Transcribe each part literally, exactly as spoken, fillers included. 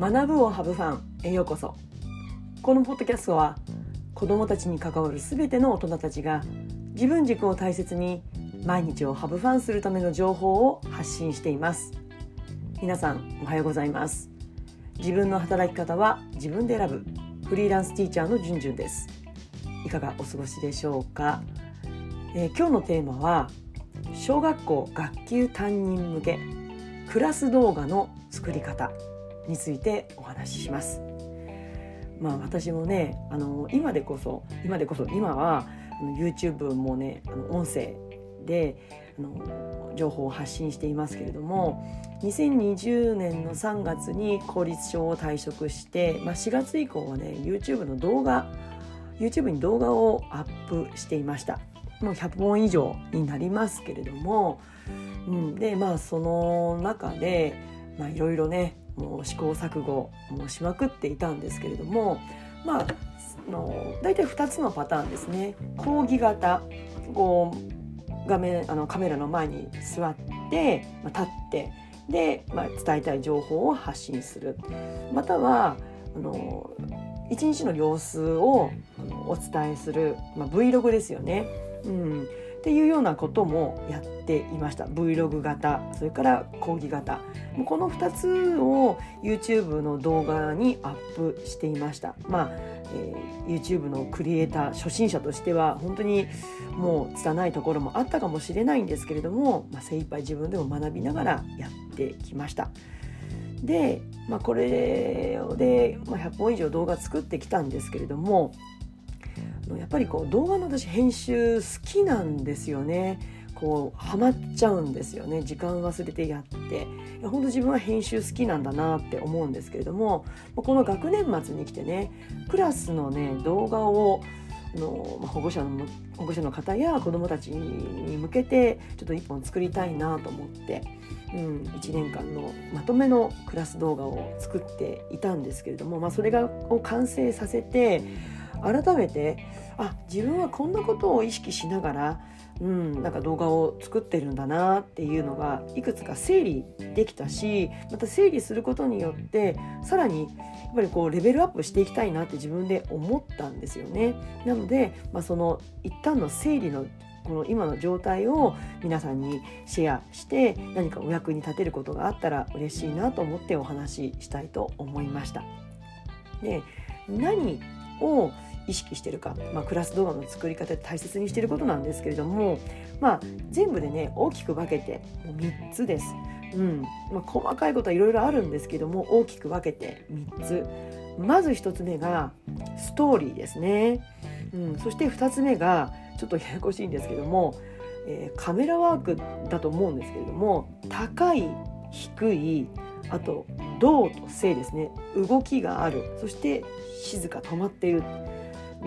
学ぶをハブファンへようこそ。このポッドキャストは子どもたちに関わるすべての大人たちが自分軸を大切に毎日をハブファンするための情報を発信しています。皆さんおはようございます。自分の働き方は自分で選ぶフリーランスティーチャーのじゅんじゅんです。いかがお過ごしでしょうか。えー、今日のテーマは小学校学級担任向けクラス動画の作り方についてお話しします。まあ私もね、あの今でこそ今でこそ今はあの YouTube もね、あの音声であの情報を発信していますけれども、にせんにじゅうねんのさんがつに公立小を退職して、まあ、しがつ以降はね YouTube の動画 YouTube に動画をアップしていました。もうひゃっぽん以上になりますけれども、うん、でまあその中でまあいろいろねもう試行錯誤もしまくっていたんですけれども、まあのだいたいふたつのパターンですね。講義型、こう画面あのカメラの前に座って、まあ、立ってで、まあ、伝えたい情報を発信する、またはあの一日の様子をあのお伝えする、まあ、Vlog ですよね、うん、っていうようなこともやっていました。 Vlog 型、それから講義型、このふたつを YouTube の動画にアップしていました。まあ、えー、YouTube のクリエイター初心者としては本当にもう拙いところもあったかもしれないんですけれども、まあ、精一杯自分でも学びながらやってきました。で、まあ、これで、まあ、ひゃっぽん以上動画作ってきたんですけれども、やっぱりこう動画の私編集好きなんですよね。こうハマっちゃうんですよね。時間忘れてやって、いや本当自分は編集好きなんだなって思うんですけれども、この学年末に来てね、クラスのね動画をの保護者の保護者の方や子どもたちに向けてちょっと一本作りたいなと思って、うん、いちねんかんのまとめのクラス動画を作っていたんですけれども、まあ、それがを完成させて改めてあ自分はこんなことを意識しながら、うん、なんか動画を作ってるんだなっていうのがいくつか整理できたし、また整理することによってさらにやっぱりこうレベルアップしていきたいなって自分で思ったんですよね。なので、まあ、その一旦の整理のこの今の状態を皆さんにシェアして何かお役に立てることがあったら嬉しいなと思ってお話ししたいと思いました。で、何を意識しているか、まあ、クラス動画の作り方で大切にしていることなんですけれども、まあ、全部でね大きく分けてもうみっつです。うんまあ、細かいことはいろいろあるんですけども大きく分けてみっつ。まずひとつめがストーリーですね、うん、そしてふたつめがちょっとややこしいんですけども、えー、カメラワークだと思うんですけれども、高い低い、あと動と静ですね、動きがある、そして静か止まっている、うん、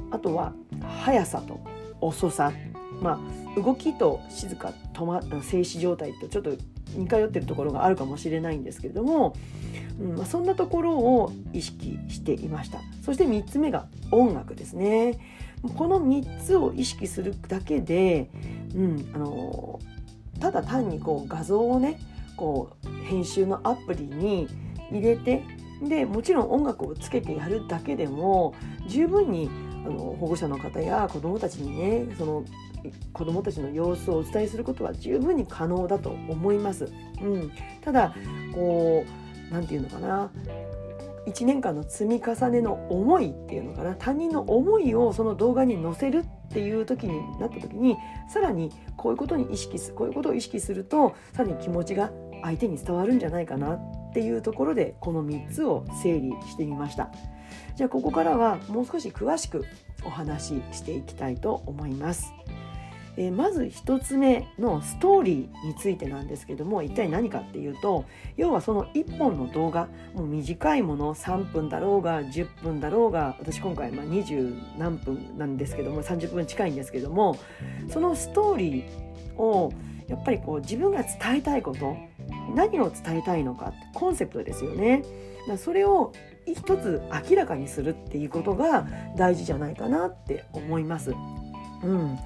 あとは速さと遅さ、まあ、動きと静か止ま静止状態とちょっと似通っているところがあるかもしれないんですけれども、うんまあ、そんなところを意識していました。そしてみっつめが音楽ですね。このみっつを意識するだけで、うん、あのただ単にこう画像をねこう編集のアプリに入れて、でもちろん音楽をつけてやるだけでも十分にあの保護者の方や子どもたちにねその子どもたちの様子をお伝えすることは十分に可能だと思います、うん、ただこうなんていうのかないちねんかんの積み重ねの思いっていうのかな、他人の思いをその動画に載せるっていう時になった時にさらにこういうことに意識するこういうことを意識するとさらに気持ちが相手に伝わるんじゃないかなっていうところでこのみっつを整理してみました。じゃあここからはもう少し詳しくお話ししていきたいと思います。えー、まずひとつめのストーリーについてなんですけども、一体何かっていうと、要はそのいっぽんの動画、もう短いものさんぷんだろうがじゅっぷんだろうが、私今回まあにじゅうなんぷんなんですけどもさんじゅっぷん近いんですけども、そのストーリーをやっぱりこう自分が伝えたいこと、何を伝えたいのか、コンセプトですよね。だからそれを一つ明らかにするっていうことが大事じゃないかなって思います。うん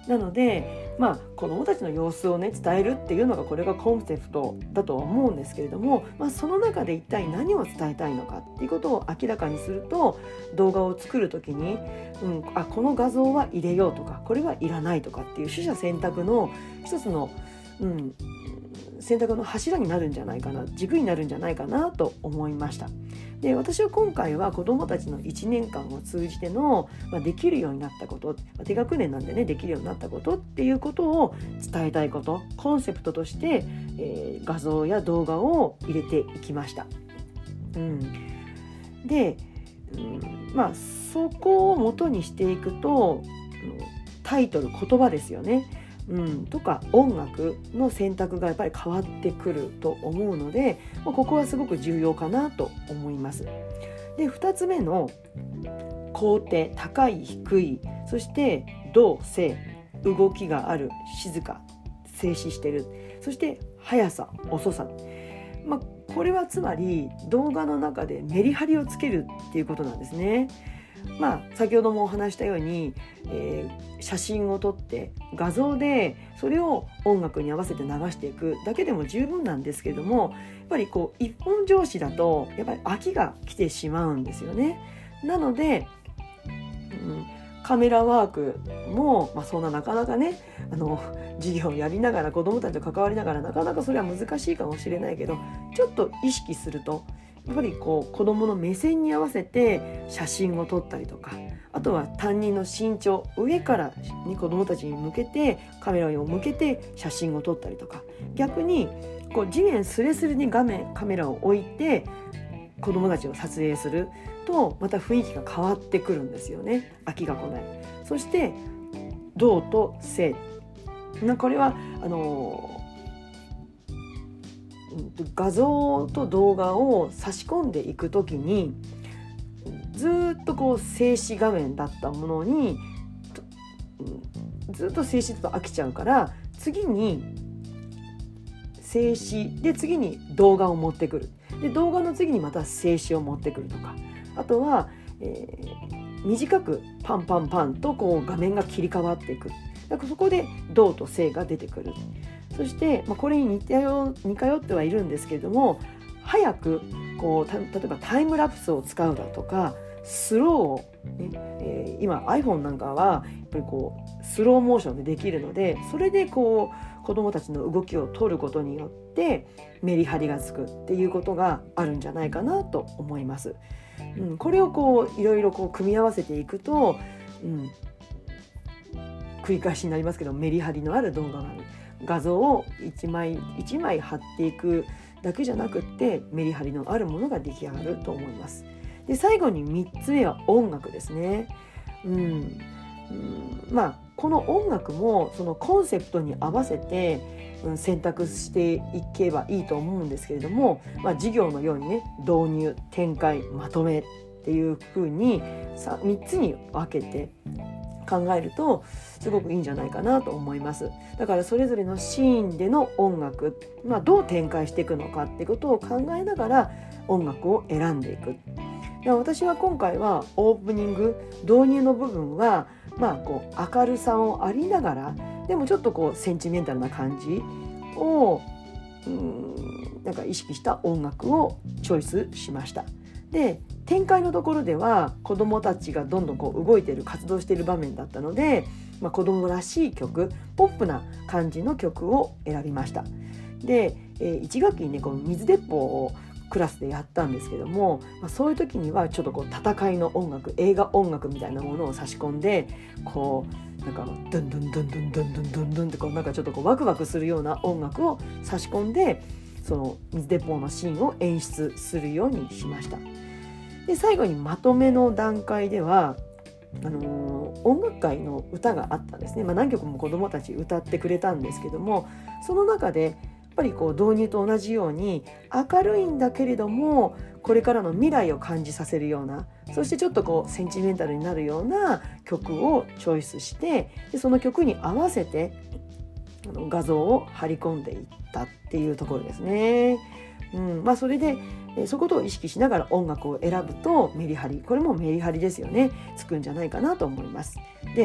なので、まあ、子どもたちの様子をね伝えるっていうのがこれがコンセプトだとは思うんですけれども、まあ、その中で一体何を伝えたいのかっていうことを明らかにすると、動画を作るときに、うん、あこの画像は入れようとかこれはいらないとかっていう取捨選択の一つの、うん、選択の柱になるんじゃないかな、軸になるんじゃないかなと思いました。で、私は今回は子どもたちのいちねんかんを通じての、まあ、できるようになったこと、まあ、低学年なんでねできるようになったことっていうことを伝えたいこと、コンセプトとして、えー、画像や動画を入れていきました。うん、で、うん、まあそこを元にしていくと、タイトル、言葉ですよね、うん、とか音楽の選択がやっぱり変わってくると思うので、まあ、ここはすごく重要かなと思います。で、ふたつめの高低、高い低い、そして動静、動きがある、静か、静止してる、そして速さ、遅さ、まあ、これはつまり動画の中でメリハリをつけるっていうことなんですね。まあ、先ほどもお話したように、えー、写真を撮って画像でそれを音楽に合わせて流していくだけでも十分なんですけれども、やっぱりこう一本上司だとやっぱり飽きが来てしまうんですよね。なので、うん、カメラワークも、まあ、そんななかなかねあの授業をやりながら子どもたちと関わりながらなかなかそれは難しいかもしれないけど、ちょっと意識するとやっぱりこう子どもの目線に合わせて写真を撮ったりとか、あとは担任の身長、上からに子どもたちに向けてカメラを向けて写真を撮ったりとか、逆にこう地面スレスレに画面カメラを置いて子どもたちを撮影するとまた雰囲気が変わってくるんですよね。飽きが来ない。そして動と静、これはあの画像と動画を差し込んでいくときにずっとこう静止画面だったものにずっと静止だと飽きちゃうから、次に静止で次に動画を持ってくる、で動画の次にまた静止を持ってくるとか、あとは、えー、短くパンパンパンとこう画面が切り替わっていく。だからそこで動と静が出てくる。そして、まあ、これに似てよ似通ってはいるんですけれども、早くこうた例えばタイムラプスを使うだとかスロー、ねえー、今 iPhone なんかはやっぱりこうスローモーションでできるので、それでこう子どもたちの動きを撮ることによってメリハリがつくっていうことがあるんじゃないかなと思います。うん、これをこういろいろこう組み合わせていくと、うん、繰り返しになりますけどメリハリのある動画がある。画像を一枚一枚貼っていくだけじゃなくってメリハリのあるものが出来上がると思います。で、最後にみっつめは音楽ですね。うん、うん、まあこの音楽もそのコンセプトに合わせて、うん、選択していけばいいと思うんですけれども、まあ、授業のようにね導入、展開、まとめっていう風にさみっつに分けて考えるとすごくいいんじゃないかなと思います。だからそれぞれのシーンでの音楽、まあ、どう展開していくのかってことを考えながら音楽を選んでいく。私は今回はオープニング導入の部分は、まあ、こう明るさをありながらでもちょっとこうセンチメンタルな感じをうーんなんか意識した音楽をチョイスしました。で、展開のところでは子どもたちがどんどんこう動いている活動している場面だったので、まあ、子どもらしい曲、ポップな感じの曲を選びました。で、えー、いち学期にねこう水鉄砲をクラスでやったんですけども、まあ、そういう時にはちょっとこう戦いの音楽、映画音楽みたいなものを差し込んでこうなんかドゥンドゥンドゥンドゥンドゥンドゥンドゥンドゥンってこうなんかちょっとこうワクワクするような音楽を差し込んでその水鉄砲のシーンを演出するようにしました。で、最後にまとめの段階ではあのー、音楽会の歌があったんですね。まあ、何曲も子どもたち歌ってくれたんですけども、その中でやっぱりこう導入と同じように明るいんだけれどもこれからの未来を感じさせるような、そしてちょっとこうセンチメンタルになるような曲をチョイスして、でその曲に合わせてあの画像を貼り込んでいったっていうところですね。うんまあ、それでそういうことを意識しながら音楽を選ぶとメリハリ、これもメリハリですよね、つくんじゃないかなと思います。で、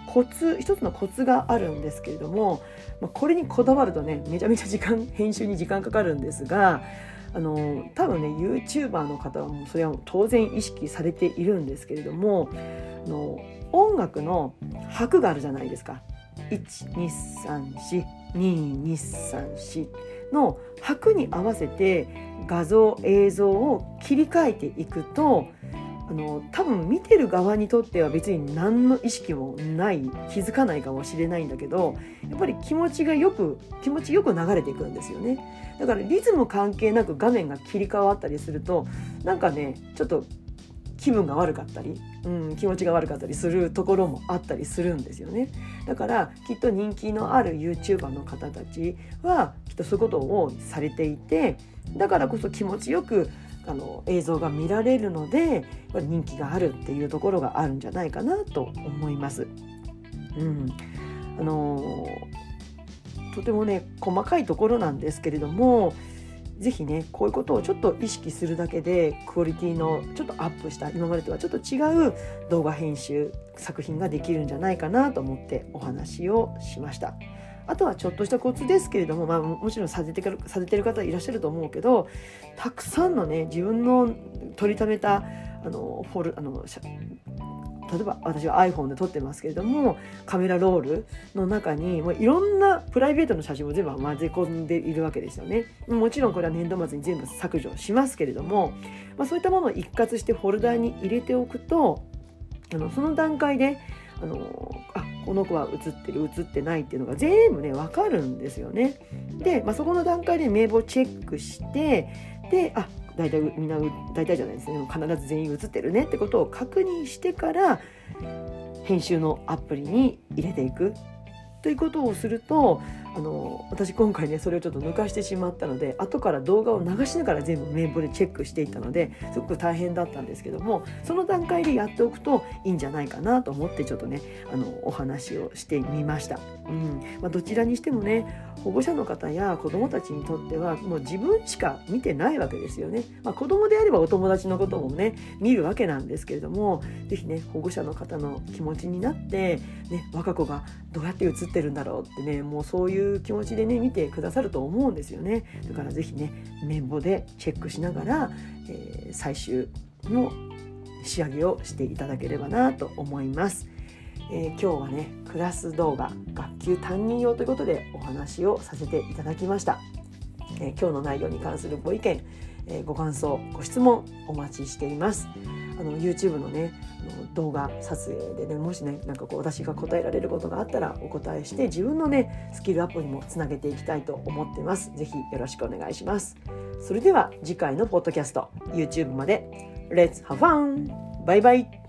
コツ一つのコツがあるんですけれども、まあ、これにこだわるとねめちゃめちゃ時間編集に時間かかるんですが、あの多分ね YouTuber の方はもうそれは当然意識されているんですけれども、あの音楽の拍があるじゃないですか。いちにさんしににさんしの拍に合わせて画像映像を切り替えていくと、あの多分見てる側にとっては別に何の意識もない気づかないかもしれないんだけど、やっぱり気持ちがよく気持ちよく流れていくんですよね。だからリズム関係なく画面が切り替わったりするとなんかねちょっと気分が悪かったり、うん、気持ちが悪かったりするところもあったりするんですよね。だからきっと人気のある YouTuber の方たちはきっとそういうことをされていて、だからこそ気持ちよくあの映像が見られるので人気があるっていうところがあるんじゃないかなと思います。うん、あのとてもね細かいところなんですけれども、ぜひねこういうことをちょっと意識するだけでクオリティのちょっとアップした今までとはちょっと違う動画編集作品ができるんじゃないかなと思ってお話をしました。あとはちょっとしたコツですけれども、まあ、もちろんされてる、されてる方いらっしゃると思うけど、たくさんのね自分の取りためたあのフォルあの例えば私は iPhone で撮ってますけれども、カメラロールの中にもういろんなプライベートの写真を全部混ぜ込んでいるわけですよね。もちろんこれは年度末に全部削除しますけれども、まあ、そういったものを一括してフォルダに入れておくと、あのその段階であのあこの子は写ってる写ってないっていうのが全部ね分かるんですよね。で、まあ、そこの段階で名簿をチェックして、であ大体みんな大体じゃないですね、必ず全員写ってるねってことを確認してから編集のアプリに入れていくということをすると、あの私今回ねそれをちょっと抜かしてしまったので、後から動画を流しながら全部名簿でチェックしていったのですごく大変だったんですけども、その段階でやっておくといいんじゃないかなと思ってちょっとねあのお話をしてみました。うんまあ、どちらにしてもね保護者の方や子どもたちにとってはもう自分しか見てないわけですよね。まあ、子どもであればお友達のこともね見るわけなんですけれども、ぜひね保護者の方の気持ちになって、ね、我が子がどうやって写ってるんだろうってね、もうそういう気持ちでね見てくださると思うんですよね。だからぜひね綿棒でチェックしながら、えー、最終の仕上げをしていただければなと思います。えー、今日はねクラス動画学級担任用ということでお話をさせていただきました。えー、今日の内容に関するご意見、えー、ご感想ご質問お待ちしています。あの YouTube のねあの動画撮影でね、もしねなんかこう私が答えられることがあったらお答えして自分のねスキルアップにもつなげていきたいと思ってます。ぜひよろしくお願いします。それでは次回のポッドキャスト YouTube まで Let's have fun! バイバイ。